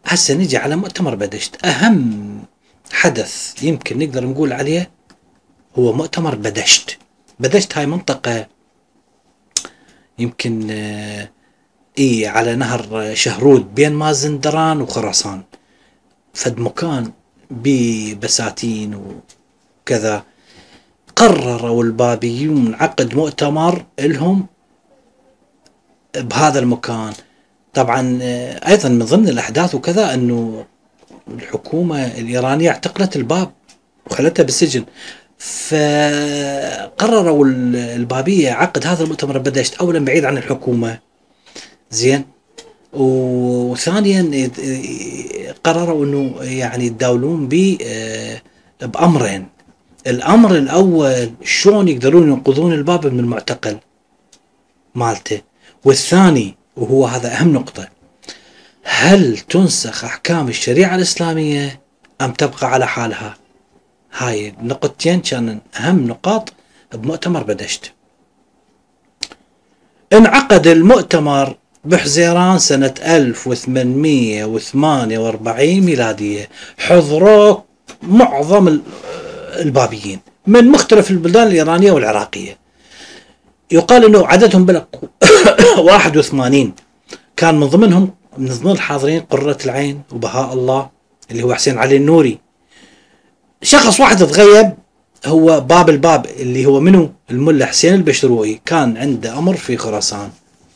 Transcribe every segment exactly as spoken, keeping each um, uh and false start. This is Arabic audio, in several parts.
هسه نجي على مؤتمر بدشت. أهم حدث يمكن نقدر نقول عليه هو مؤتمر بدشت. بدشت هاي منطقة يمكن آه إيه على نهر شهرود بين مازندران وخراسان، فد مكان ببساتين وكذا. قرروا البابيون عقد مؤتمر لهم بهذا المكان. طبعا ايضا من ضمن الاحداث وكذا انه الحكومة الايرانية اعتقلت الباب وخلتها بالسجن، فقرروا البابية عقد هذا المؤتمر بدشت اولا بعيد عن الحكومة، زين، وثانيا قرروا انه يعني يتداولون ب بامرين. الامر الاول شلون يقدرون ينقذون الباب من المعتقل مالته، والثاني وهو هذا اهم نقطة، هل تنسخ احكام الشريعة الاسلامية ام تبقى على حالها. هاي النقطتين كانوا اهم نقاط بمؤتمر بدشت. انعقد المؤتمر بحزيران سنة ألف وثمانمية وثمانية وأربعين ميلادية. حضروا معظم البابيين من مختلف البلدان الإيرانية والعراقية. يقال أنه عددهم بلغ واحد وثمانين، كان من ضمنهم من ضمن الحاضرين قرة العين وبهاء الله اللي هو حسين علي النوري. شخص واحد تغيب هو باب الباب اللي هو منه الملا حسين البشروي، كان عنده أمر في خراسان.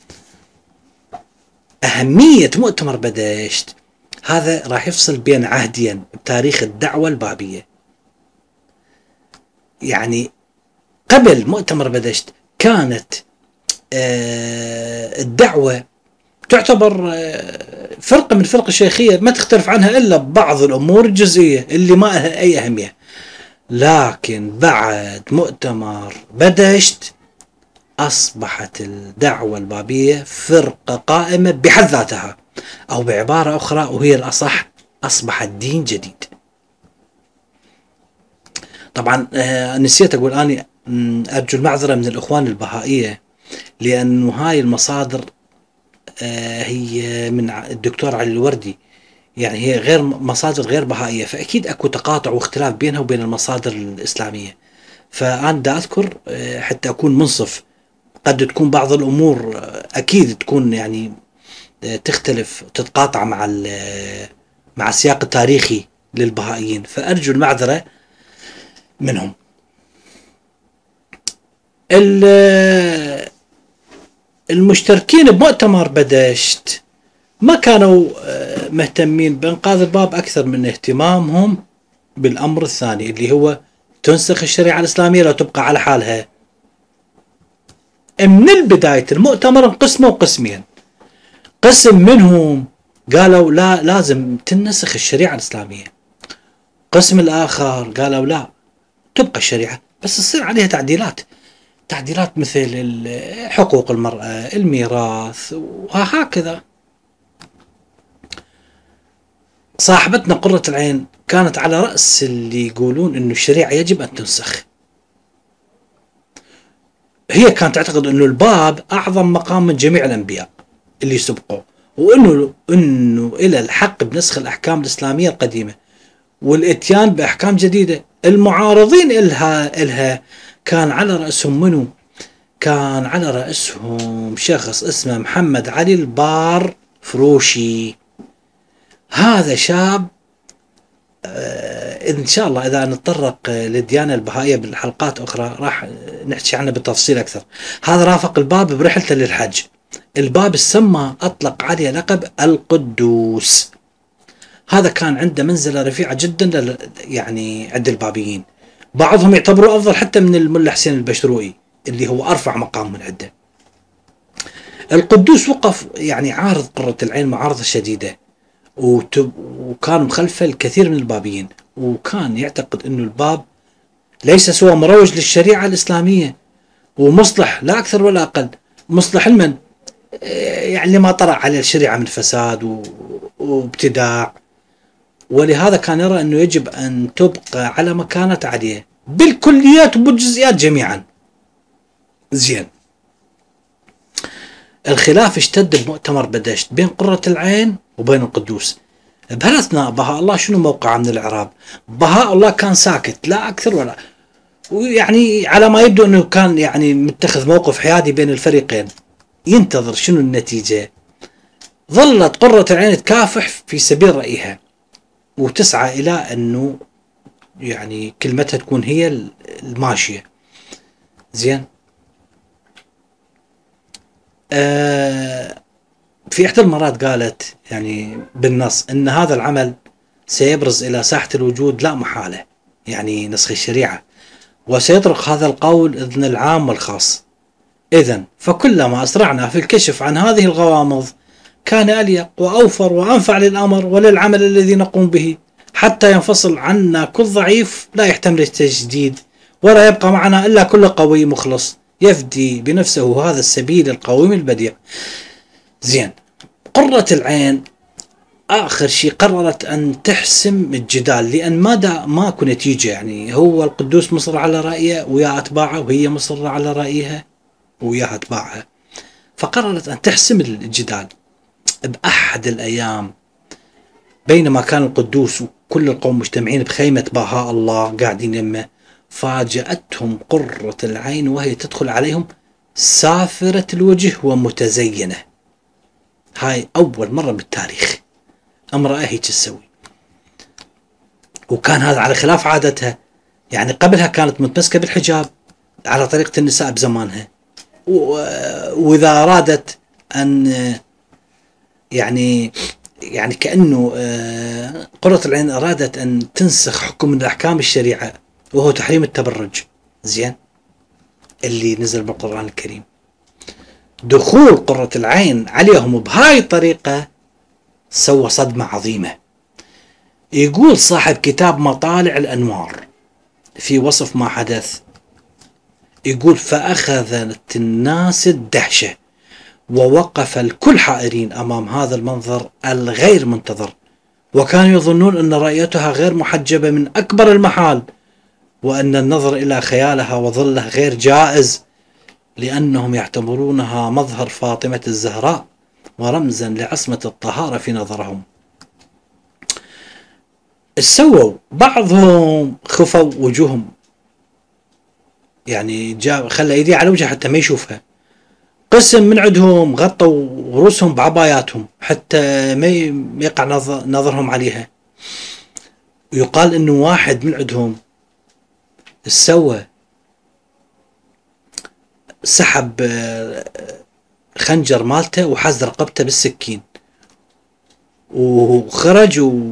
أهمية مؤتمر بدشت هذا راح يفصل بين عهدين بتاريخ الدعوة البابية. يعني قبل مؤتمر بدشت كانت الدعوة تعتبر فرقة من فرق الشيخية ما تختلف عنها إلا ببعض الأمور الجزئية اللي ما لها أي أهمية. لكن بعد مؤتمر بدشت أصبحت الدعوة البابية فرقة قائمة بحد ذاتها، أو بعبارة أخرى وهي الأصح أصبحت دين جديد. طبعا نسيت أقول أني أرجو المعذرة من الإخوان البهائية، لأنه هاي المصادر هي من الدكتور علي الوردي، يعني هي غير مصادر غير بهائية، فأكيد أكو تقاطع واختلاف بينها وبين المصادر الإسلامية. فأنا دا أذكر حتى أكون منصف، قد تكون بعض الأمور أكيد تكون يعني تختلف تتقاطع مع مع السياق التاريخي للبهائيين، فأرجو المعذرة منهم. المشتركين بمؤتمر بدشت ما كانوا مهتمين بإنقاذ الباب أكثر من اهتمامهم بالأمر الثاني اللي هو تنسخ الشريعة الإسلامية لو تبقى على حالها. من البداية المؤتمر انقسموا قسمين، قسم منهم قالوا لا لازم تنسخ الشريعة الإسلامية، قسم الآخر قالوا لا تبقى الشريعة بس تصير عليها تعديلات، تعديلات مثل حقوق المرأة، الميراث وهكذا. صاحبتنا قرة العين كانت على رأس اللي يقولون انه الشريعة يجب ان تنسخ. هي كانت تعتقد انه الباب اعظم مقام من جميع الانبياء اللي سبقوا، وانه انه الى الحق بنسخ الاحكام الاسلامية القديمة والاتيان باحكام جديدة. المعارضين الها الها كان على رأسهم منو؟ كان على رأسهم شخص اسمه محمد علي البار فروشي. هذا شاب آه إن شاء الله إذا نتطرق للديانة البهائية بالحلقات أخرى راح نحكي عنه بالتفصيل أكثر. هذا رافق الباب برحلته للحج. الباب السمى أطلق عليه لقب القدوس. هذا كان عنده منزلة رفيعة جدا يعني عند البابيين، بعضهم يعتبروه أفضل حتى من الملا حسين البشروي اللي هو أرفع مقام من عنده. القدوس وقف يعني عارض قرة العين معارضة شديدة، وكان مخلفه الكثير من البابيين، وكان يعتقد أنه الباب ليس سوى مروج للشريعة الإسلامية ومصلح لا أكثر ولا أقل، مصلح المن يعني ما طرأ عليه الشريعة من فساد وابتداع. ولهذا كان يرى أنه يجب أن تبقى على ما كانت عليه بالكليات وبالجزئيات جميعا. زين، الخلاف اشتد بمؤتمر بدشت بين قرة العين وبين القدوس. بهالاثناء بهاء الله شنو موقعه من الاعراب؟ بهاء الله كان ساكت لا اكثر ولا، ويعني على ما يبدو انه كان يعني متخذ موقف حيادي بين الفريقين، ينتظر شنو النتيجه. ظلت قرة العين تكافح في سبيل رأيها وتسعى الى انه يعني كلمتها تكون هي الماشيه. زين. آه في احدى المرات قالت يعني بالنص ان هذا العمل سيبرز الى ساحه الوجود لا محاله، يعني نسخ الشريعه، وسيطرق هذا القول اذن العام والخاص. اذن فكلما اسرعنا في الكشف عن هذه الغوامض كان اليق واوفر وانفع للامر وللعمل الذي نقوم به، حتى ينفصل عنا كل ضعيف لا يحتمل التجديد، ولا يبقى معنا الا كل قوي مخلص يفدي بنفسه هذا السبيل القويم البديع. زين. قرة العين آخر شيء قررت أن تحسم الجدال، لأن ما ماكو نتيجة، يعني هو القدوس مصر على رأيه ويا أتباعه، وهي مصرة على رأيها ويا أتباعها، فقررت أن تحسم الجدال. بأحد الأيام بينما كان القدوس وكل القوم مجتمعين بخيمة بهاء الله قاعدين يمه، فاجأتهم قرة العين وهي تدخل عليهم سافرة الوجه ومتزينة. هاي أول مرة بالتاريخ امرأة هيك تسوي، وكان هذا على خلاف عادتها، يعني قبلها كانت متمسكة بالحجاب على طريقة النساء بزمانها، وإذا أرادت أن يعني يعني كأنه قرة العين أرادت أن تنسخ حكم من أحكام الشريعة وهو تحريم التبرج، زين، اللي نزل بالقرآن الكريم. دخول قرة العين عليهم بهاي الطريقة سوى صدمة عظيمة. يقول صاحب كتاب مطالع الأنوار في وصف ما حدث، يقول فأخذت الناس الدهشة ووقف الكل حائرين أمام هذا المنظر الغير منتظر، وكانوا يظنون أن رؤيتها غير محجبة من أكبر المحال، وأن النظر إلى خيالها وظلها غير جائز، لأنهم يعتبرونها مظهر فاطمة الزهراء ورمزا لعصمة الطهارة في نظرهم. سووا بعضهم خفوا وجوههم، يعني جاب خلى ايديه على وجهه حتى ما يشوفها. قسم من عندهم غطوا رؤوسهم بعباياتهم حتى ما يقع نظر نظرهم عليها. ويقال انه واحد من عندهم سوى سحب خنجر مالته وحز رقبته بالسكين وخرج و...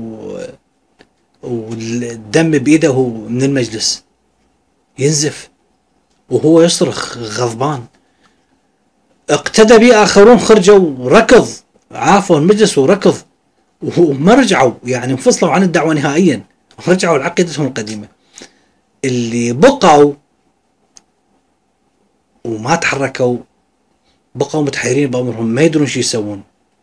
والدم بيده من المجلس ينزف وهو يصرخ غضبان. اقتدى به آخرون خرجوا وركض عافوا المجلس وركض وما رجعوا، يعني انفصلوا عن الدعوة نهائيا، رجعوا لعقيدتهم القديمة. اللي بقوا وما تحركوا بقوا متحيرين بأمرهم، ما يدرون شو يسوون.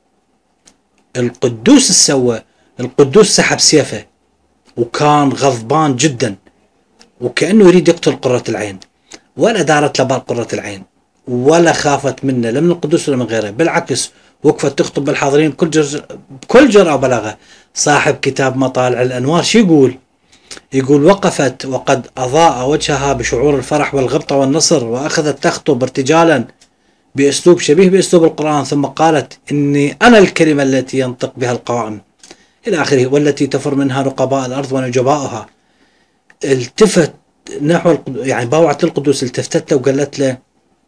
القدوس السوى القدوس سحب سيفه وكان غضبان جدا وكأنه يريد يقتل قرة العين، ولا دارت لبال قرة العين ولا خافت منه لا من القدوس ولا من غيره، بالعكس وقفت تخطب بالحاضرين بكل جر... بكل جرأة وبلاغة. صاحب كتاب مطالع الأنوار شو يقول؟ يقول وقفت وقد أضاء وجهها بشعور الفرح والغبطة والنصر، وأخذت تخطب ارتجالا بأسلوب شبيه بأسلوب القرآن، ثم قالت إني أنا الكلمة التي ينطق بها القوائم إلى آخره، والتي تفر منها نقباء الأرض ونجباؤها. التفت نحو يعني باوعة القدوس، التفتت له وقالت له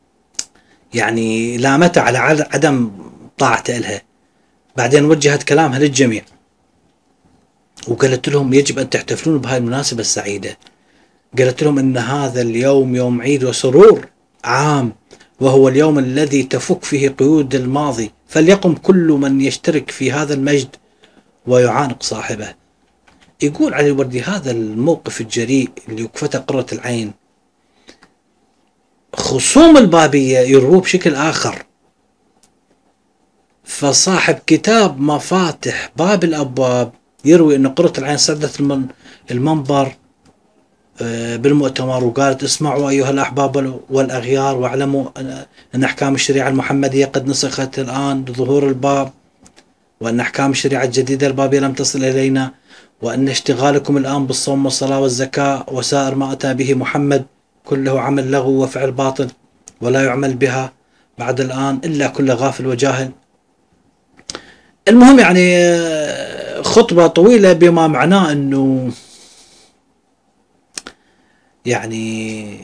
يعني لامته على عدم طاعته لها. بعدين وجهت كلامها للجميع وقالت لهم يجب أن تحتفلون بهاي المناسبة السعيدة. قالت لهم إن هذا اليوم يوم عيد وسرور عام، وهو اليوم الذي تفك فيه قيود الماضي، فليقم كل من يشترك في هذا المجد ويعانق صاحبه. يقول علي الوردي هذا الموقف الجريء اللي وقفته قرة العين خصوم البابية يروه بشكل آخر. فصاحب كتاب مفاتح باب الأبواب يروي أن قرة العين صعدت المنبر بالمؤتمر وقالت اسمعوا أيها الأحباب والأغيار، واعلموا أن أحكام الشريعة المحمدية قد نسخت الآن بظهور الباب وأن أحكام الشريعة الجديدة البابية لم تصل إلينا، وأن اشتغالكم الآن بالصوم والصلاة والزكاة وسائر ما أتى به محمد كله عمل لغو وفعل باطل ولا يعمل بها بعد الآن إلا كل غافل وجاهل. المهم يعني خطبة طويلة بما معناه أنه يعني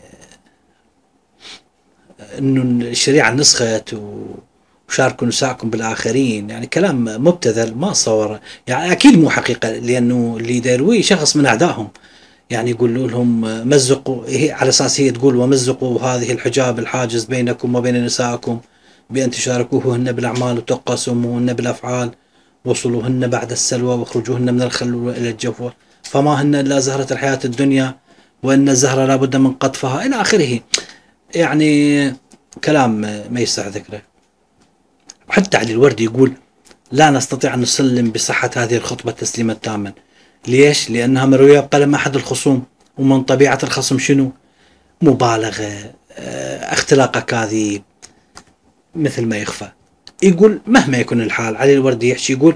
أنه الشريعة نسخت وشاركوا نساءكم بالآخرين، يعني كلام مبتذل ما صور، يعني أكيد مو حقيقة، لأنه اللي دارويه شخص من أعدائهم، يعني يقول لهم مزقوا، هي على أساس هي تقول ومزقوا هذه الحجاب الحاجز بينكم وبين نسائكم بأن تشاركوهن بالأعمال وتقاسموهن بالأفعال، وصلوهن بعد السلوى واخرجوهن من الخلوة إلى الجفوة، فما هن إلا زهرة الحياة الدنيا وإن الزهرة لابد من قطفها إلى آخره. يعني كلام ما يصح ذكره. حتى علي الوردي يقول لا نستطيع أن نسلم بصحة هذه الخطبة تسليما تاما. ليش؟ لأنها مروية بقلم أحد الخصوم، ومن طبيعة الخصم شنو؟ مبالغة، اختلاق أكاذيب مثل ما يخفى. يقول مهما يكون الحال، علي الوردي يحكي يقول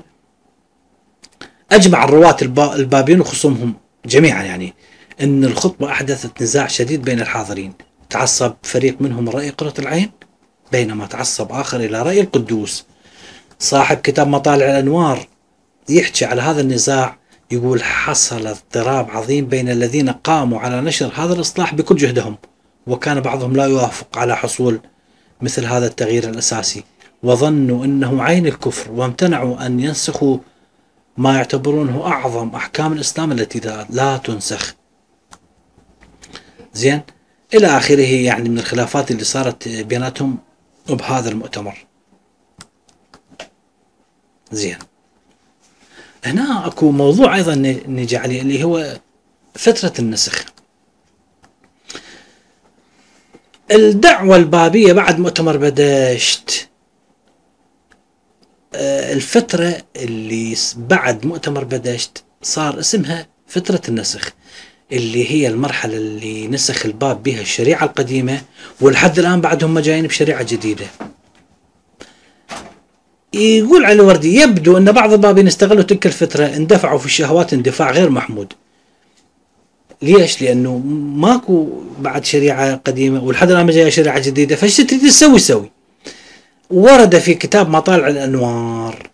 أجمع الرواة البابين وخصومهم جميعا يعني أن الخطبة أحدثت نزاع شديد بين الحاضرين، تعصب فريق منهم رأي قرة العين بينما تعصب آخر إلى رأي القدوس. صاحب كتاب مطالع الأنوار يحكي على هذا النزاع، يقول حصل اضطراب عظيم بين الذين قاموا على نشر هذا الإصلاح بكل جهدهم، وكان بعضهم لا يوافق على حصول مثل هذا التغيير الأساسي، وظنوا أنه عين الكفر، وامتنعوا أن ينسخوا ما يعتبرونه أعظم أحكام الإسلام التي لا تنسخ. زين إلى آخره، يعني من الخلافات اللي صارت بيناتهم بهذا المؤتمر. زين هنا أكو موضوع أيضا نجي عليه اللي هو فترة النسخ. الدعوة البابية بعد مؤتمر بدشت، الفترة اللي بعد مؤتمر بدشت صار اسمها فترة النسخ، اللي هي المرحلة اللي نسخ الباب بها الشريعة القديمة، ولحد الآن بعدهم ما جايين بشريعة جديدة. يقول علي الوردي يبدو أن بعض البابين استغلوا تلك الفترة، اندفعوا في الشهوات اندفاع غير محمود. ليش؟ لأنه ماكو بعد شريعة قديمة ولحد الآن ما جاية شريعة جديدة، فايش تريد تسوي سوي. ورد في كتاب مطالع الأنوار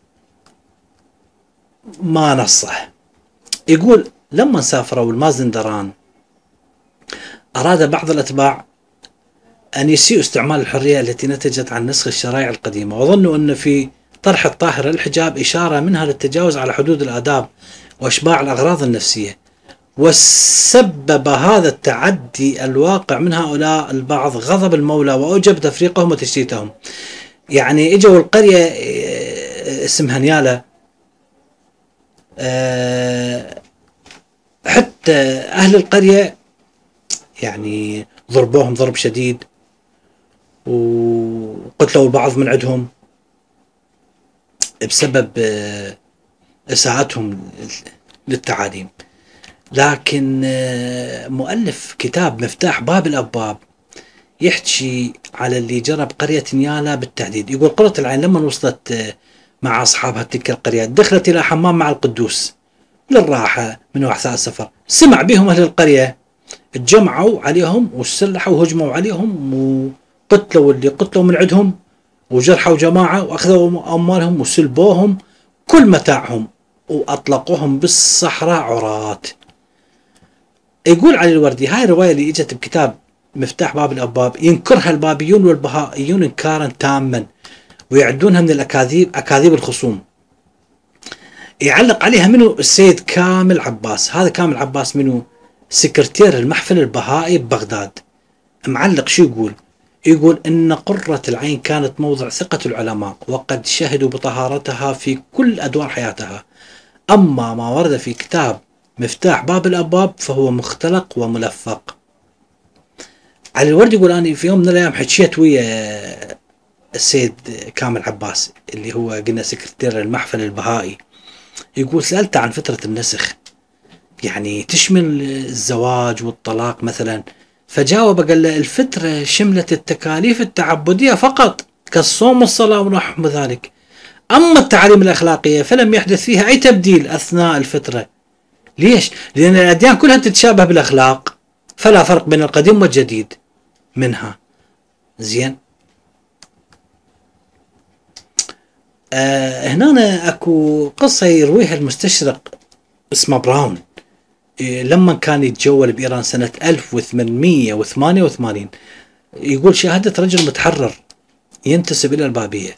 ما نصه، يقول لما سافروا المازندران أراد بعض الأتباع أن يسيئوا استعمال الحرية التي نتجت عن نسخ الشرائع القديمة، وظنوا أن في طرح الطاهرة الحجاب إشارة منها للتجاوز على حدود الآداب وإشباع الأغراض النفسية، وسبب هذا التعدي الواقع من هؤلاء البعض غضب المولى وأوجب تفريقهم وتشتيتهم. يعني اجوا القرية اسمها نيالة، حتى أهل القرية يعني ضربوهم ضرب شديد، وقتلوا البعض من عندهم بسبب إساءتهم للتعاليم. لكن مؤلف كتاب مفتاح باب الأبواب يحكي على اللي جرى بقرية نيالة بالتحديد. يقول قرة العين لما وصلت مع أصحابها تلك القرية دخلت إلى حمام مع القدوس للراحة من وحثاء السفر، سمع بهم أهل القرية، اتجمعوا عليهم وسلحوا وهجموا عليهم وقتلوا اللي قتلوا من عندهم، وجرحوا جماعة وأخذوا أموالهم وسلبوهم كل متاعهم وأطلقوهم بالصحراء عراة. يقول علي الوردي هاي الرواية اللي اجت بكتاب مفتاح باب الأبواب ينكرها البابيون والبهائيون إنكارا تاما، ويعدونها من الأكاذيب أكاذيب الخصوم. يعلق عليها منه السيد كامل عباس. هذا كامل عباس منه سكرتير المحفل البهائي ببغداد. معلق شو يقول؟ يقول إن قرة العين كانت موضع ثقة العلماء وقد شهدوا بطهارتها في كل أدوار حياتها، أما ما ورد في كتاب مفتاح باب الأبواب فهو مختلق وملفق. علي الوردي يقول أنا في يوم من الأيام حكيت ويا السيد كامل عباس اللي هو قلنا سكرتير المحفل البهائي، يقول سألته عن فترة النسخ يعني تشمل الزواج والطلاق مثلا، فجاوب قال له الفترة شملت التكاليف التعبدية فقط كالصوم والصلاة ونحو ذلك، أما التعاليم الأخلاقية فلم يحدث فيها أي تبديل أثناء الفترة. ليش؟ لأن الأديان كلها تتشابه بالأخلاق، فلا فرق بين القديم والجديد منها. زين. آه هنا أكو قصة يرويها المستشرق اسمه براون، إيه لما كان يتجول بإيران سنة ألف وثمانمئة وثمانية وثمانين، يقول شاهدت رجل متحرر ينتسب إلى البابية،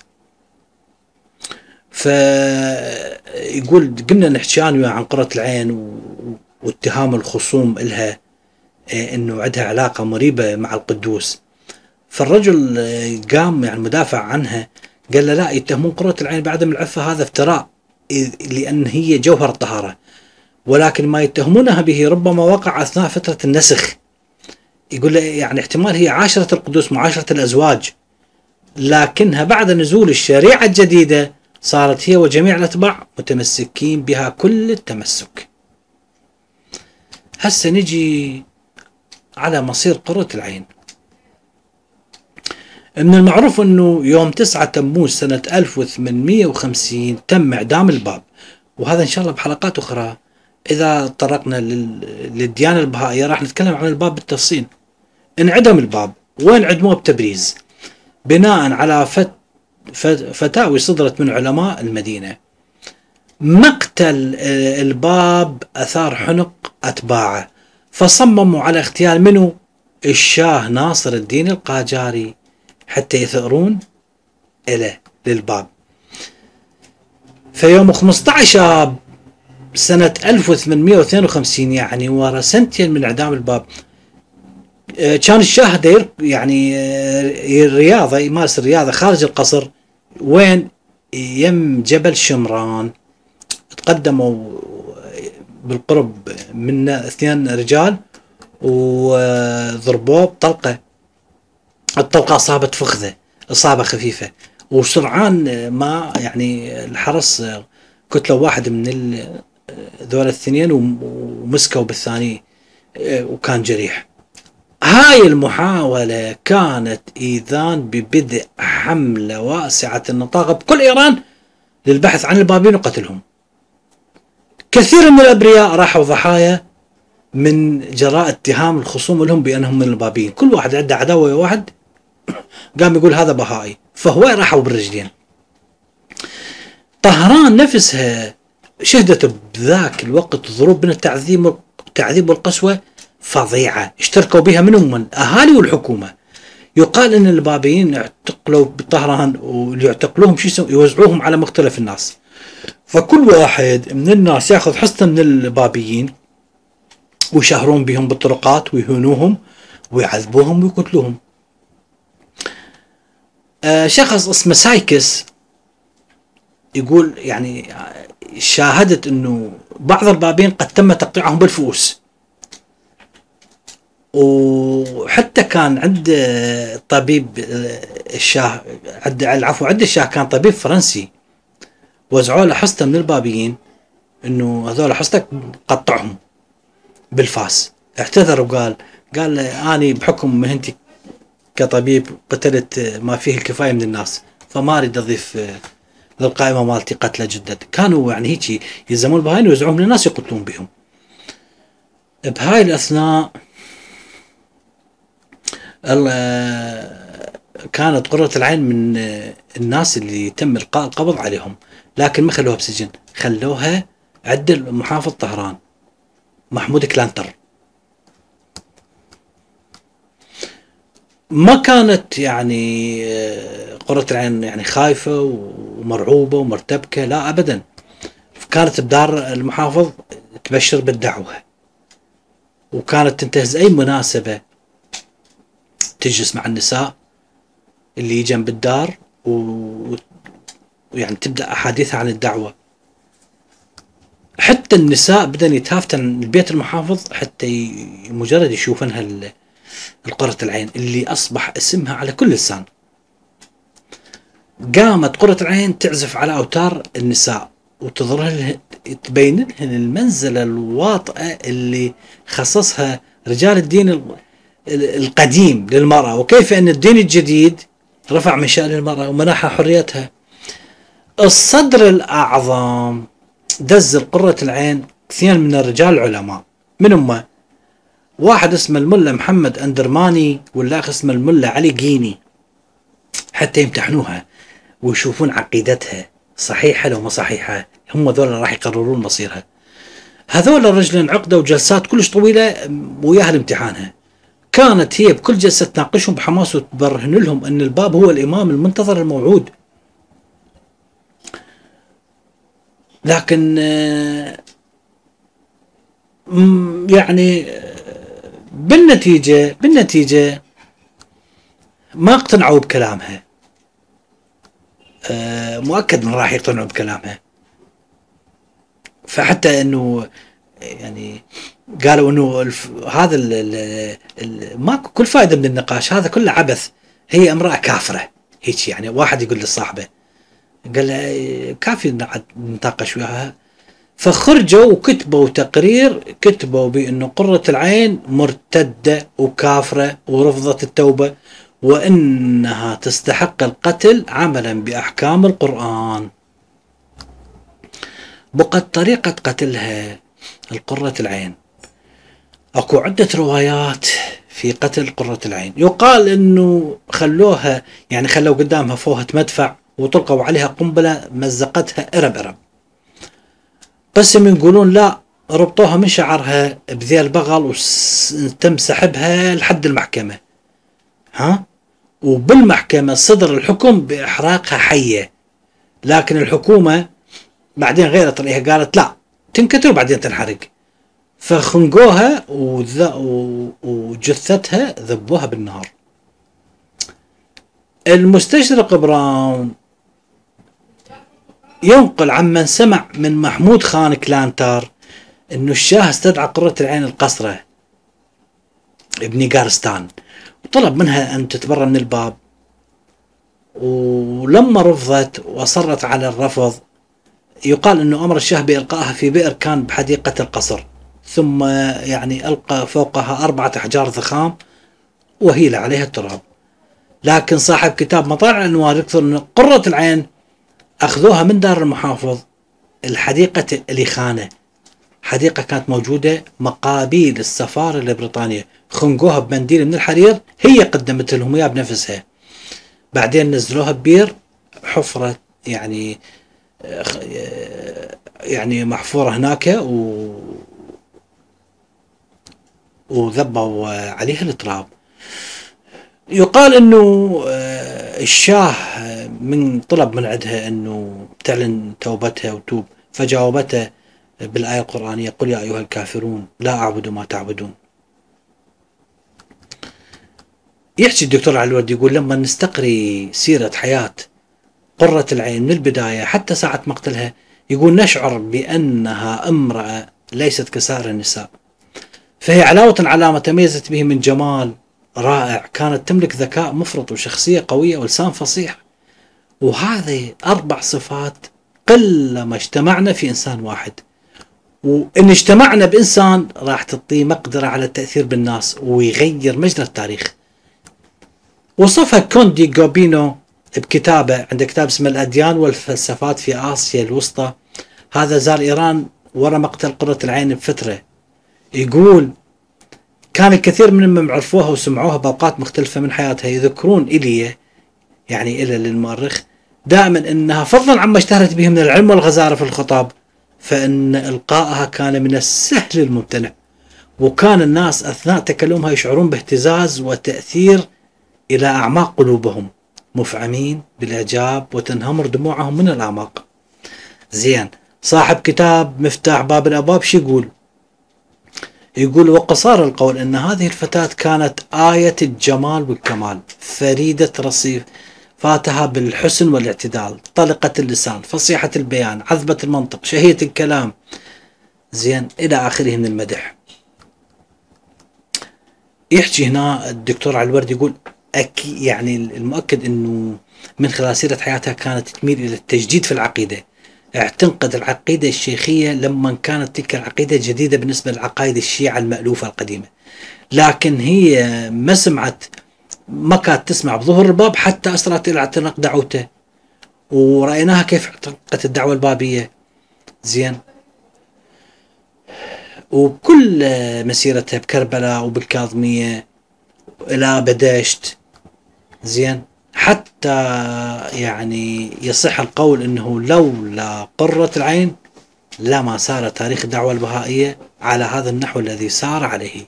فيقول قمنا نحكي أنا عن قرة العين واتهام الخصوم إلها إيه انه عندها علاقة مريبة مع القدوس. فالرجل قام يعني مدافع عنها، قال له لا، يتهمون قرة العين بعدم العفة، هذا افتراء لأن هي جوهر الطهارة، ولكن ما يتهمونها به ربما وقع أثناء فترة النسخ. يقول له يعني احتمال هي عاشرة القدوس معاشرة الأزواج، لكنها بعد نزول الشريعة الجديدة صارت هي وجميع الأتباع متمسكين بها كل التمسك. هسه نجي على مصير قرة العين. من المعروف أنه يوم تسعة تموز سنة ألف وثمانمئة وخمسين تم إعدام الباب، وهذا إن شاء الله بحلقات أخرى إذا طرقنا للديانة البهائية راح نتكلم عن الباب بالتفصيل. انعدم الباب، وين عدموه؟ بتبريز، بناء على فت فتاوي صدرت من علماء المدينة. مقتل الباب أثار حنق أتباعه، فصمموا على اغتيال منه الشاه ناصر الدين القاجاري حتى يثأرون إليه للباب. في يوم خمسة عشر آب سنة ألف وثمانمئة واثنين وخمسين، يعني ورا سنتين من إعدام الباب، كان الشاه داير يعني الرياضة، يمارس الرياضة خارج القصر. وين؟ يم جبل شمران. تقدموا بالقرب من اثنين رجال وضربوه بطلقة، الطلقة أصابت فخذه إصابة خفيفة، وسرعان ما يعني الحرس قتلوا واحد من ذول الاثنين ومسكوا بالثاني وكان جريح. هاي المحاولة كانت إيذان ببدء حملة واسعة النطاق بكل إيران للبحث عن البابين وقتلهم. كثير من الأبرياء راحوا ضحايا من جراء اتهام الخصوم لهم بأنهم من البابين. كل واحد عنده عداوة واحد قام يقول هذا بهائي، فهو راحوا بالرجلين. طهران نفسها شهدت بذاك الوقت ظروف من التعذيب التعذيب والقسوة فظيعة اشتركوا بها منهم من الأهالي والحكومة. يقال أن البابيين اعتقلوا بطهران، واللي يعتقلوهم شو يوزعوهم على مختلف الناس، فكل واحد من الناس ياخذ حصة من البابيين ويشهرون بهم بالطرقات ويهونوهم ويعذبوهم ويقتلوهم. آه شخص اسمه سايكس يقول يعني شاهدت انه بعض البابين قد تم تقطيعهم بالفؤوس، وحتى كان عند طبيب الشاه عند العفو عند الشاه كان طبيب فرنسي وزعوا له حصة من البابيين انه هذول حصتك قطعهم بالفاس. اعتذر وقال قال اني بحكم مهنتي كطبيب قتلت ما فيه الكفاية من الناس، فما اريد اضيف للقائمة مالتي قتلة جدد. كانوا يعني هيك يلزمون البهايين ويوزعوهم للناس يقتلون بهم. بهاي الاثناء كانت قرة العين من الناس اللي تم القاء القبض عليهم، لكن ما خلوها بسجن، خلوها عند محافظ طهران محمود كلانتر. ما كانت يعني قرة العين يعني خايفة ومرعوبة ومرتبكة، لا أبدا، كانت بدار المحافظ تبشر بالدعوة، وكانت تنتهز أي مناسبة تجلس مع النساء اللي جنب الدار ويعني تبدأ أحاديثها عن الدعوة. حتى النساء بدأن يتهافتن البيت المحافظ حتى مجرد يشوفنها القرة العين اللي أصبح اسمها على كل لسان. قامت قرة العين تعزف على أوتار النساء وتظهر تبين لهن المنزلة الواطئة اللي خصصها رجال الدين القديم للمرأة، وكيف أن الدين الجديد رفع من شأن المرأة ومنحها حريتها. الصدر الأعظم دز قرة العين اثنين من الرجال العلماء، من هم؟ واحد اسمه الملا محمد أندرماني والآخر اسمه الملا علي قيني، حتى يمتحنوها ويشوفون عقيدتها صحيحة لو ما صحيحة، هم ذولا راح يقررون مصيرها. هذول الرجلين عقدوا جلسات كلش طويلة وياها لامتحانها، كانت هي بكل جلسة تناقشهم بحماس وتبرهن لهم أن الباب هو الإمام المنتظر الموعود. لكن يعني بالنتيجة بالنتيجة ما اقتنعوا بكلامها، مؤكد من راح يقتنعوا بكلامها. فحتى انه يعني قالوا انه الف... هذا ال... ال... ال... ماكو كل فائده من النقاش، هذا كله عبث، هي امراه كافره هيك. يعني واحد يقول لصاحبه، قال له كافي نتناقش وياها. فخرجوا وكتبوا تقرير، كتبوا بانه قرة العين مرتده وكافره ورفضت التوبه وانها تستحق القتل عملا باحكام القرآن. بقت طريقة قتلها القرة العين، اكو عدة روايات في قتل قرة العين. يقال انه خلوها يعني خلوا قدامها فوهة مدفع وطلقوا عليها قنبلة مزقتها ارب ارب. قسم يقولون لا، ربطوها من شعرها بذيل بغل وتم سحبها لحد المحكمة، ها، وبالمحكمة صدر الحكم بإحراقها حية. لكن الحكومة بعدين غيرت رأيها، قالت لا تنكتر وبعدين تنحرق، فخنقوها وجثتها ذبوها بالنار. المستشرق براون ينقل عمن سمع من محمود خان كلانتر انه الشاه استدعى قرة العين القصرة ابن قارستان وطلب منها ان تتبرى من الباب، ولما رفضت واصرت على الرفض يقال انه امر الشاه بالقائها في بئر كان بحديقة القصر، ثم يعني القى فوقها اربعة احجار ضخام وهيل عليها التراب. لكن صاحب كتاب مطالع الانوار يذكر ان قرة العين اخذوها من دار المحافظ الحديقة اليخانة، حديقة كانت موجودة مقابيل السفارة البريطانية، خنقوها بمنديل من الحرير، هي قدمت لهم اياه بنفسها. بعدين نزلوها ببير حفرة يعني يعني محفورة هناك و وذبوا عليها التراب. يقال انه الشاه من طلب من عندها انه تعلن توبتها وتوب، فجاوبته بالآية القرآنية قل يا أيها الكافرون لا أعبد ما تعبدون. يحكي الدكتور علي الورد يقول لما نستقري سيرة حياة قرة العين من البداية حتى ساعة مقتلها، يقول نشعر بأنها امرأة ليست كسائر النساء، فهي علاوة على ما تميزت به من جمال رائع، كانت تملك ذكاء مفرط وشخصية قوية ولسان فصيح، وهذه أربع صفات قلما اجتمعنا في إنسان واحد، وإن اجتمعنا بإنسان راح تعطيه مقدرة على التأثير بالناس ويغير مجرى التاريخ. وصفها كوندي جوبينو بكتابه، عنده كتاب اسمه الأديان والفلسفات في آسيا الوسطى، هذا زار إيران ورا مقتل قرة العين بفترة. يقول كان الكثير منهم عرفوها وسمعوها بأوقات مختلفة من حياتها، يذكرون إلي يعني إلى للمؤرخ دائما أنها فضلا عما اشتهرت به من العلم والغزارة في الخطاب، فإن إلقائها كان من السهل الممتنع، وكان الناس أثناء تكلمها يشعرون باهتزاز وتأثير إلى أعماق قلوبهم، مفعمين بالإعجاب وتنهمر دموعهم من الأعماق. زين، صاحب كتاب مفتاح باب الأبواب شو يقول؟ يقول وقصار القول أن هذه الفتاة كانت آية الجمال والكمال، فريدة رصيف فاتها بالحسن والاعتدال، طلقة اللسان، فصيحة البيان، عذبة المنطق، شهية الكلام، زين إلى آخره من المدح. يحكي هنا الدكتور علي الورد يقول أكيد يعني المؤكد أنه من خلال سيرة حياتها كانت تميل إلى التجديد في العقيدة، اعتنقد العقيدة الشيخية لما كانت تلك العقيدة جديدة بالنسبة للعقائد الشيعة المألوفة القديمة، لكن هي ما سمعت ما كانت تسمع بظهور الباب حتى أسرت إلى اعتناق دعوته، ورأيناها كيف اعتنقت الدعوة البابية. زين. وكل مسيرتها بكربلاء وبالكاظمية إلى بدشت. زين. حتى يعني يصح القول انه لولا قرة العين لما سار تاريخ الدعوة البهائية على هذا النحو الذي سار عليه.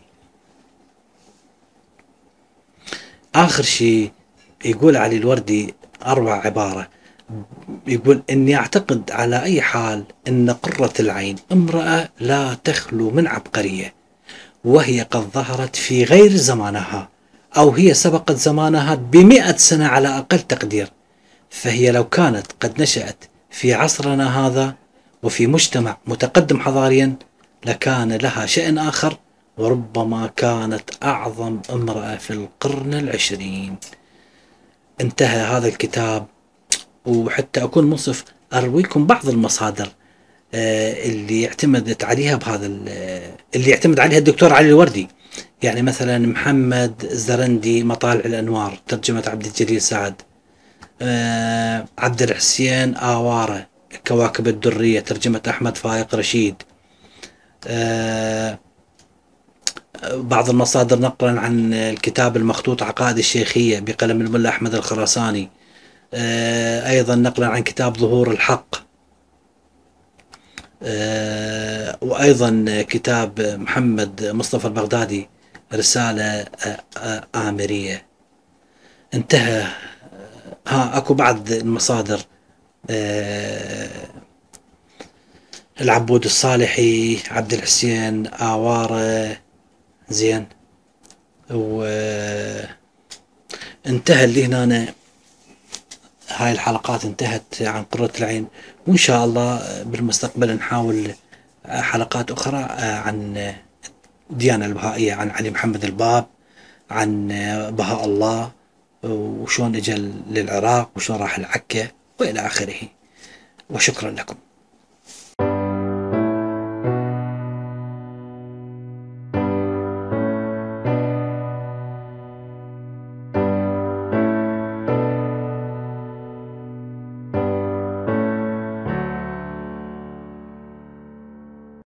آخر شيء يقول علي الوردي أربع عبارة، يقول إني أعتقد على أي حال أن قرة العين امرأة لا تخلو من عبقرية، وهي قد ظهرت في غير زمانها، أو هي سبقت زمانها بمئة سنة على أقل تقدير. فهي لو كانت قد نشأت في عصرنا هذا وفي مجتمع متقدم حضاريا لكان لها شأن آخر، وربما كانت أعظم امرأة في القرن العشرين. انتهى هذا الكتاب. وحتى أكون منصف أرويكم بعض المصادر اللي اعتمدت عليها بهذا اللي يعتمد عليها الدكتور علي الوردي. يعني مثلا محمد الزرندي مطالع الأنوار ترجمة عبد الجليل سعد، عبد الحسين آوارة كواكب الدرية ترجمة أحمد فايق رشيد. بعض المصادر نقلا عن الكتاب المخطوط عقائد الشيخية بقلم الملا أحمد الخراساني، أيضا نقلا عن كتاب ظهور الحق، وأيضا كتاب محمد مصطفى البغدادي رسالة آمرية. انتهى. ها أكو بعض المصادر، العبود الصالحي، عبد الحسين آوارة. زين. وانتهى اللي هنا. هاي الحلقات انتهت عن قرة العين، وإن شاء الله بالمستقبل نحاول حلقات أخرى عن الديانة البهائية، عن علي محمد الباب، عن بهاء الله وشون اجى للعراق وشون راح العكا وإلى آخره. وشكرا لكم.